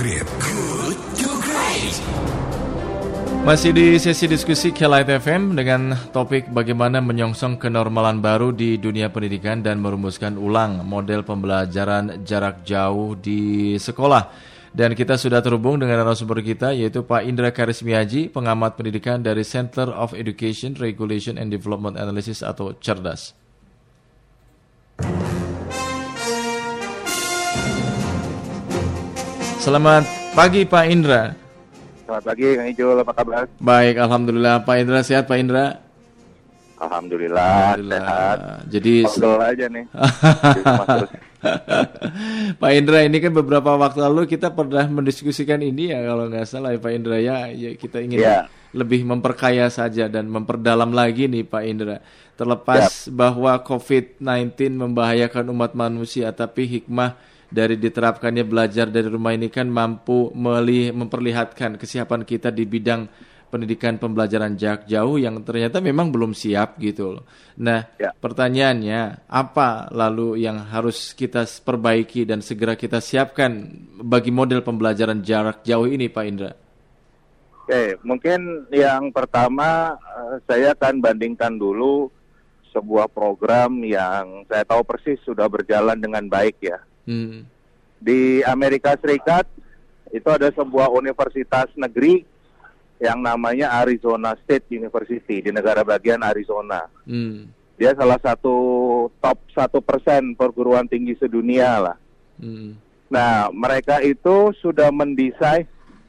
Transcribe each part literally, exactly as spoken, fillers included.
Great. Good to Great. Masih di sesi diskusi Kelight F M dengan topik bagaimana menyongsong kenormalan baru di dunia pendidikan dan merumuskan ulang model pembelajaran jarak jauh di sekolah. Dan kita sudah terhubung dengan narasumber kita yaitu Pak Indra Karismiaji, pengamat pendidikan dari Center of Education, Regulation and Development Analysis atau CERDAS. Selamat pagi Pak Indra. Selamat pagi Kang Ijul, apa kabar? Baik, Alhamdulillah. Pak Indra sehat Pak Indra? Alhamdulillah, Alhamdulillah. sehat. Jadi Pegel aja nih. Pak Indra, ini kan beberapa waktu lalu kita pernah mendiskusikan ini ya kalau nggak salah ya Pak Indra ya, ya kita ingin ya. lebih memperkaya saja dan memperdalam lagi nih Pak Indra. Terlepas ya. bahwa covid sembilan belas membahayakan umat manusia, tapi hikmah dari diterapkannya belajar dari rumah ini kan mampu melih, memperlihatkan kesiapan kita di bidang pendidikan pembelajaran jarak jauh yang ternyata memang belum siap gitu loh. Nah, ya. pertanyaannya apa lalu yang harus kita perbaiki dan segera kita siapkan bagi model pembelajaran jarak jauh ini Pak Indra? Oke, mungkin yang pertama saya akan bandingkan dulu sebuah program yang saya tahu persis sudah berjalan dengan baik ya. Hmm. Di Amerika Serikat itu ada sebuah universitas negeri yang namanya Arizona State University di negara bagian Arizona. Hmm. Dia salah satu top satu persen perguruan tinggi sedunia lah. Hmm. Nah, mereka itu sudah mendesain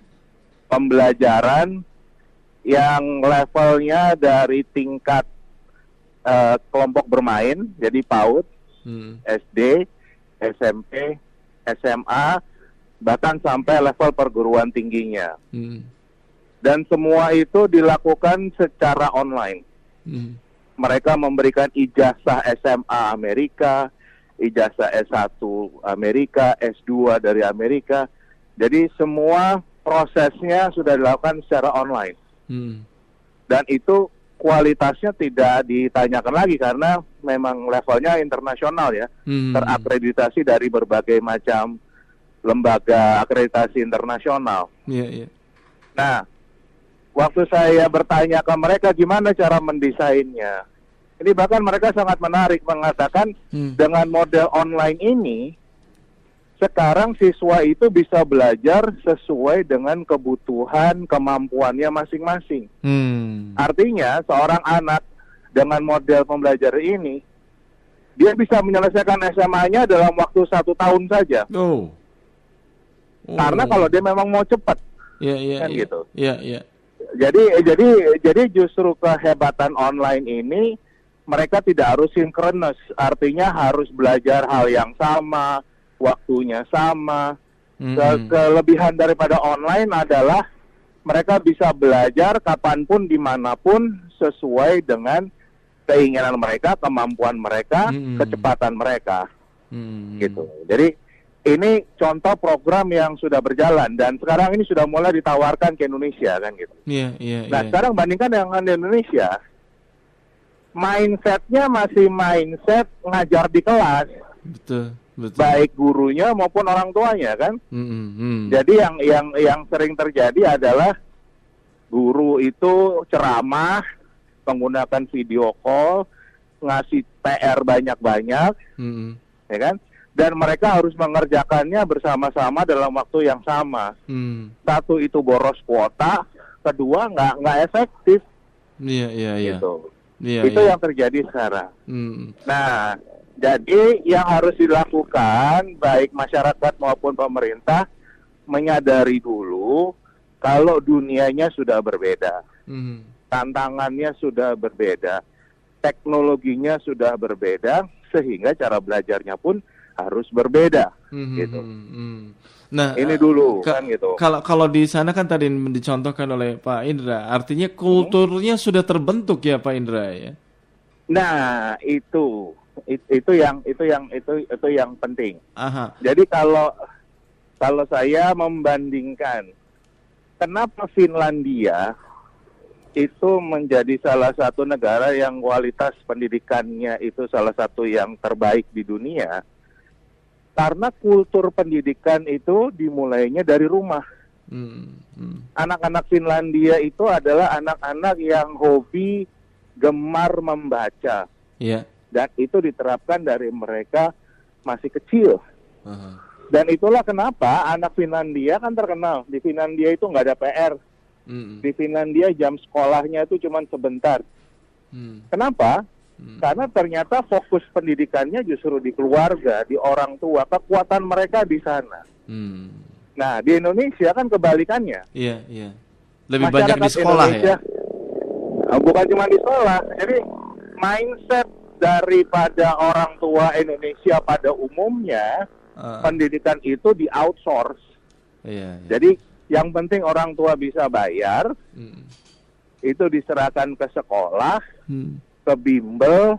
pembelajaran yang levelnya dari tingkat uh, kelompok bermain, jadi PAUD, hmm. S D, S M P, S M A, bahkan sampai level perguruan tingginya. Hmm. Dan semua itu dilakukan secara online. Hmm. Mereka memberikan ijazah S M A Amerika, ijazah S satu Amerika, S dua dari Amerika. Jadi semua prosesnya sudah dilakukan secara online. Hmm. Dan itu kualitasnya tidak ditanyakan lagi karena memang levelnya internasional ya, hmm. terakreditasi dari berbagai macam lembaga akreditasi internasional. Yeah, yeah. Nah, waktu saya bertanya ke mereka gimana cara mendesainnya, ini bahkan mereka sangat menarik mengatakan hmm. dengan model online ini sekarang siswa itu bisa belajar sesuai dengan kebutuhan kemampuannya masing-masing. Hmm. Artinya seorang anak dengan model pembelajaran ini dia bisa menyelesaikan S M A-nya dalam waktu satu tahun saja. Oh. Oh. Karena kalau dia memang mau cepat, yeah, yeah, kan yeah. gitu. Yeah, yeah. Jadi jadi jadi justru kehebatan online ini mereka tidak harus sinkronus, artinya harus belajar hal yang sama, waktunya sama. Mm-hmm. Ke- kelebihan daripada online adalah mereka bisa belajar kapanpun, dimanapun, sesuai dengan keinginan mereka, kemampuan mereka, mm-hmm. kecepatan mereka. Mm-hmm. Gitu. Jadi ini contoh program yang sudah berjalan dan sekarang ini sudah mulai ditawarkan ke Indonesia kan gitu. Yeah, yeah, nah yeah. sekarang bandingkan dengan di Indonesia, mindsetnya masih mindset ngajar di kelas. Betul. Betul. Baik gurunya maupun orang tuanya kan. Mm-hmm. Jadi yang yang yang sering terjadi adalah guru itu ceramah, menggunakan video call, ngasih P R banyak-banyak, mm-hmm. ya kan? Dan mereka harus mengerjakannya bersama-sama dalam waktu yang sama. Mm. Satu itu boros kuota, kedua nggak nggak efektif. Iya iya iya. Gitu. Iya, itu iya. yang terjadi sekarang. Mm. Nah. Jadi yang harus dilakukan baik masyarakat maupun pemerintah menyadari dulu kalau dunianya sudah berbeda, mm. tantangannya sudah berbeda, teknologinya sudah berbeda, sehingga cara belajarnya pun harus berbeda. Mm-hmm. Gitu. Mm. Nah, ini dulu ka- kan gitu. Kalau kalau di sana kan tadi dicontohkan oleh Pak Indra, artinya kulturnya hmm? sudah terbentuk ya Pak Indra ya. Nah itu. It, itu yang itu yang itu itu yang penting. Aha. Jadi kalau kalau saya membandingkan kenapa Finlandia itu menjadi salah satu negara yang kualitas pendidikannya itu salah satu yang terbaik di dunia, Karena kultur pendidikan itu dimulainya dari rumah. Hmm. Hmm. Anak-anak Finlandia itu adalah anak-anak yang hobi gemar membaca. Yeah. Dan itu diterapkan dari mereka masih kecil. Uh-huh. Dan itulah kenapa anak Finlandia kan terkenal. Di Finlandia itu nggak ada P R. Mm. Di Finlandia jam sekolahnya itu cuma sebentar. Mm. Kenapa? Mm. Karena ternyata fokus pendidikannya justru di keluarga, di orang tua. Kekuatan mereka di sana. Mm. Nah, di Indonesia kan kebalikannya. Iya, iya. Lebih banyak di sekolah Indonesia, ya? Bukan cuma di sekolah. Jadi mindset daripada orang tua Indonesia pada umumnya, uh. pendidikan itu di outsource. Iya, iya. Jadi yang penting orang tua bisa bayar, hmm. itu diserahkan ke sekolah, hmm. ke bimbel,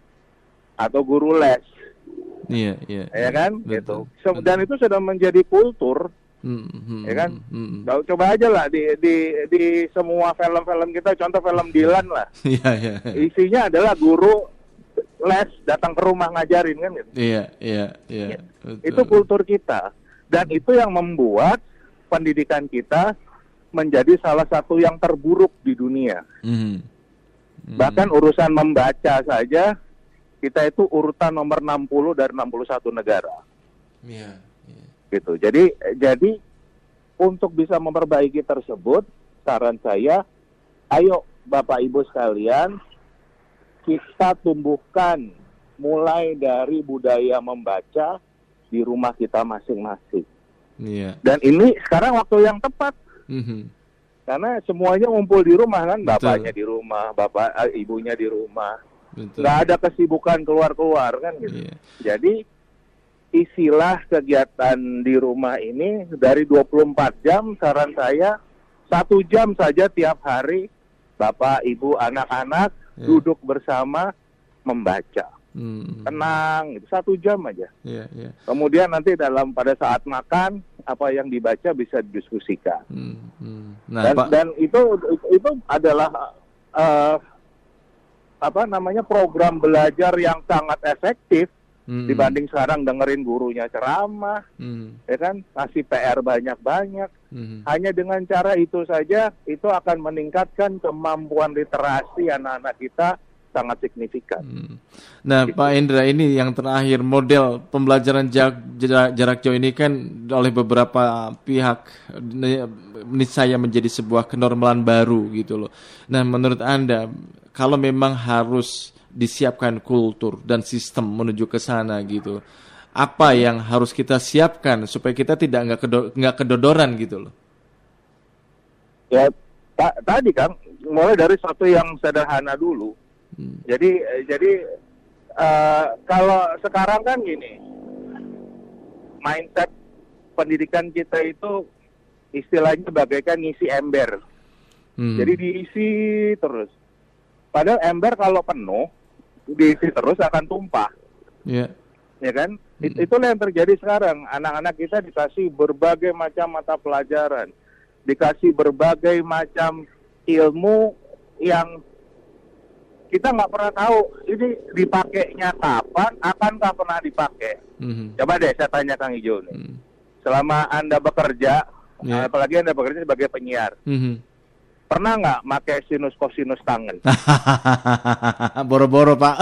atau guru les. Iya, iya. Ya kan? Betul, gitu. betul. Dan itu sudah menjadi kultur. Hmm, hmm, ya kan? Hmm. Coba aja lah di di di semua film-film kita, contoh film Dylan lah. Iya, iya. Isinya adalah guru les datang ke rumah ngajarin kan gitu. Iya, iya, iya. Ya. Itu kultur kita. Dan itu yang membuat pendidikan kita menjadi salah satu yang terburuk di dunia. Hmm. Hmm. Bahkan urusan membaca saja kita itu urutan nomor enam puluh dari enam puluh satu negara. Iya. Yeah. Gitu. Jadi jadi untuk bisa memperbaiki tersebut, saran saya, ayo Bapak Ibu sekalian, kita tumbuhkan mulai dari budaya membaca di rumah kita masing-masing. Iya. Dan ini sekarang waktu yang tepat. Mm-hmm. Karena semuanya ngumpul di rumah kan, bapaknya Betul. di rumah, bapak ibunya di rumah. Betul. Nggak ada kesibukan keluar-keluar kan gitu. Iya. Jadi isilah kegiatan di rumah ini dari dua puluh empat jam, saran saya satu jam saja tiap hari bapak, ibu, anak-anak yeah. duduk bersama membaca. Hmm. Tenang, itu satu jam aja. Yeah, yeah. Kemudian nanti dalam pada saat makan apa yang dibaca bisa didiskusikan. Hmm. Hmm. Nah, dan, Pak... dan itu itu adalah uh, apa namanya program belajar yang sangat efektif hmm. dibanding sekarang dengerin gurunya ceramah, hmm. ya kan, kasih P R banyak-banyak. Hmm. Hanya dengan cara itu saja itu akan meningkatkan kemampuan literasi anak-anak kita sangat signifikan. Hmm. Nah, gitu. Pak Indra, ini yang terakhir, model pembelajaran jarak, jarak, jarak jauh ini kan oleh beberapa pihak niscaya menjadi sebuah kenormalan baru gitu loh. Nah, menurut Anda, kalau memang harus disiapkan kultur dan sistem menuju ke sana gitu, apa yang harus kita siapkan supaya kita tidak nggak kedo, nggak kedodoran gitu loh? Ya, ta- tadi kan mulai dari satu yang sederhana dulu. Hmm. Jadi jadi uh, kalau sekarang kan gini, mindset pendidikan kita itu istilahnya bagaikan ngisi ember. Hmm. Jadi diisi terus. Padahal ember kalau penuh diisi terus akan tumpah. Iya. Yeah. Ya kan? Hmm. It, itulah yang terjadi sekarang. Anak-anak kita dikasih berbagai macam mata pelajaran, dikasih berbagai macam ilmu yang kita nggak pernah tahu ini dipakainya kapan, akankah pernah dipakai. Mm-hmm. Coba deh saya tanya Kang Ijo nih. Mm-hmm. Selama Anda bekerja, yeah. apalagi Anda bekerja sebagai penyiar, mm-hmm. pernah nggak pakai sinus kosinus tangan? Boro-boro Pak.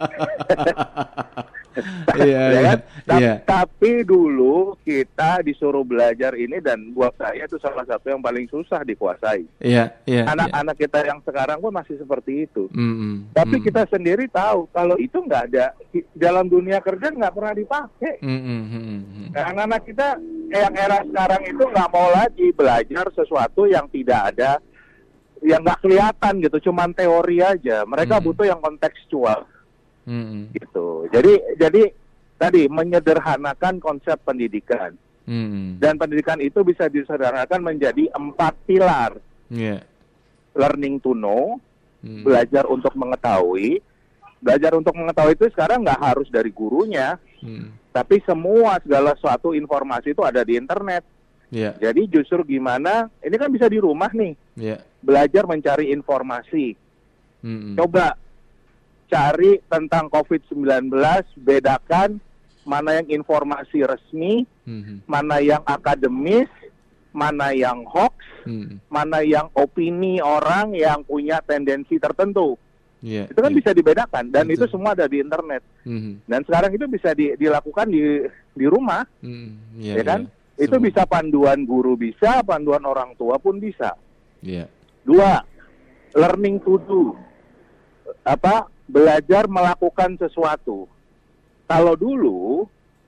Iya, ya kan? Ta- yeah. Tapi dulu kita disuruh belajar ini dan buat saya itu salah satu yang paling susah dikuasai. Iya, yeah, yeah, anak-anak yeah. kita yang sekarang pun masih seperti itu. Mm-hmm. Tapi mm-hmm. kita sendiri tahu kalau itu nggak ada dalam dunia kerja, nggak pernah dipakai. Mm-hmm. Anak-anak kita yang era sekarang itu nggak mau lagi belajar sesuatu yang tidak ada, yang nggak kelihatan gitu, cuman teori aja. Mereka mm-hmm. butuh yang kontekstual. Hmm. Gitu. Jadi jadi tadi menyederhanakan konsep pendidikan. Hmm. Dan pendidikan itu bisa disederhanakan menjadi empat pilar. Yeah. Learning to know, hmm. belajar untuk mengetahui. Belajar untuk mengetahui itu sekarang nggak harus dari gurunya, hmm. tapi semua segala suatu informasi itu ada di internet. Yeah. Jadi justru gimana? Ini kan bisa di rumah nih. Yeah. Belajar mencari informasi. Hmm. Coba cari tentang covid sembilan belas, bedakan mana yang informasi resmi, hmm. mana yang akademis, mana yang hoax, hmm. mana yang opini orang yang punya tendensi tertentu. Yeah, itu kan yeah. bisa dibedakan dan Betul. Itu semua ada di internet. Mm-hmm. Dan sekarang itu bisa di, dilakukan di di rumah, mm, yeah, ya kan? Yeah. Itu semua. Bisa panduan guru bisa, panduan orang tua pun bisa. Yeah. Dua, learning to do, apa? Belajar melakukan sesuatu. Kalau dulu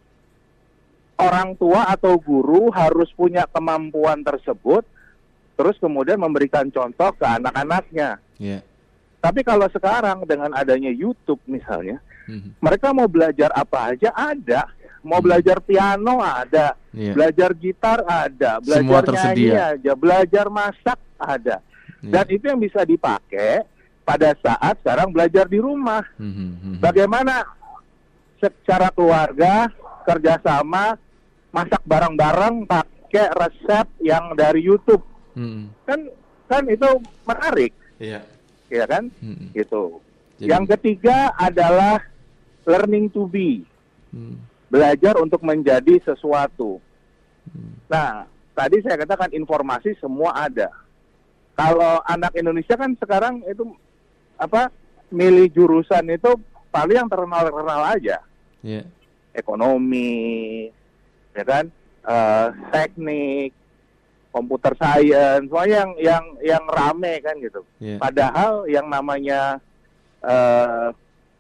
orang tua atau guru harus punya kemampuan tersebut, terus kemudian memberikan contoh ke anak-anaknya. Yeah. Tapi kalau sekarang dengan adanya YouTube misalnya, mm-hmm. mereka mau belajar apa aja ada, mau mm-hmm. belajar piano ada, yeah. belajar gitar ada, belajar Semua nyanyi aja, belajar masak ada, yeah. dan itu yang bisa dipakai pada saat sekarang belajar di rumah. Mm-hmm. Bagaimana secara keluarga kerjasama masak bareng-bareng pakai resep yang dari YouTube, mm-hmm. kan kan itu menarik. Yeah. Ya kan, hmm. gitu. Jadi, yang ketiga adalah learning to be, hmm. belajar untuk menjadi sesuatu. Hmm. Nah, tadi saya katakan informasi semua ada. Kalau anak Indonesia kan sekarang itu apa, milih jurusan itu paling yang terkenal-terkenal aja. Yeah. Ekonomi, ya kan, uh, teknik, komputer science, semuanya yang yang yang rame kan gitu. Yeah. Padahal yang namanya uh,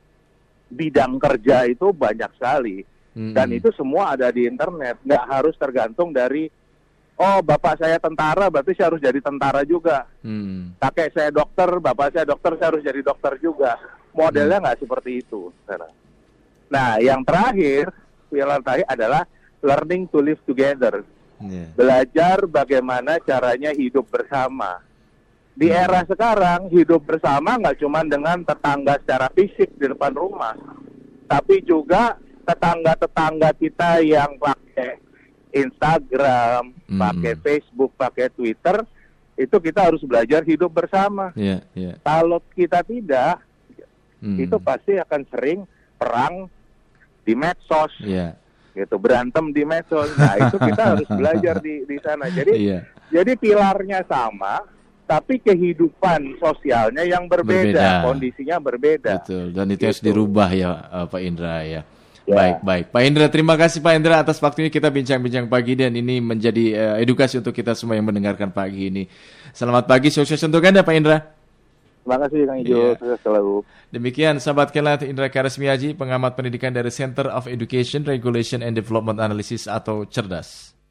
bidang kerja itu banyak sekali, mm-hmm. dan itu semua ada di internet. Nggak harus tergantung dari, oh bapak saya tentara, berarti saya harus jadi tentara juga. Mm. Kakek saya dokter, bapak saya dokter, saya harus jadi dokter juga. Modelnya nggak mm. seperti itu sekarang. Nah, yang terakhir, pilar terakhir adalah learning to live together. Yeah. Belajar bagaimana caranya hidup bersama. Di yeah. era sekarang hidup bersama nggak cuma dengan tetangga secara fisik di depan rumah, tapi juga tetangga-tetangga kita yang pakai Instagram, mm. pakai Facebook, pakai Twitter, itu kita harus belajar hidup bersama. Yeah, yeah. Kalau kita tidak, mm. itu pasti akan sering perang di medsos. Yeah. Gitu, berantem di medsos. Nah, itu kita harus belajar di di sana. Jadi iya. jadi pilarnya sama, tapi kehidupan sosialnya yang berbeda, berbeda. Kondisinya berbeda. Betul. Dan itu gitu. Harus dirubah ya, Pak Indra ya. Ya. Baik, baik. Pak Indra, terima kasih Pak Indra atas waktunya kita bincang-bincang pagi, dan ini menjadi uh, edukasi untuk kita semua yang mendengarkan pagi ini. Selamat pagi, sukses untuk Anda Pak Indra. Terima kasih Kang Ijo, sukses selalu. Demikian sahabat Kelat, Indra Karismiaji, pengamat pendidikan dari Center of Education, Regulation and Development Analysis atau CERDAS.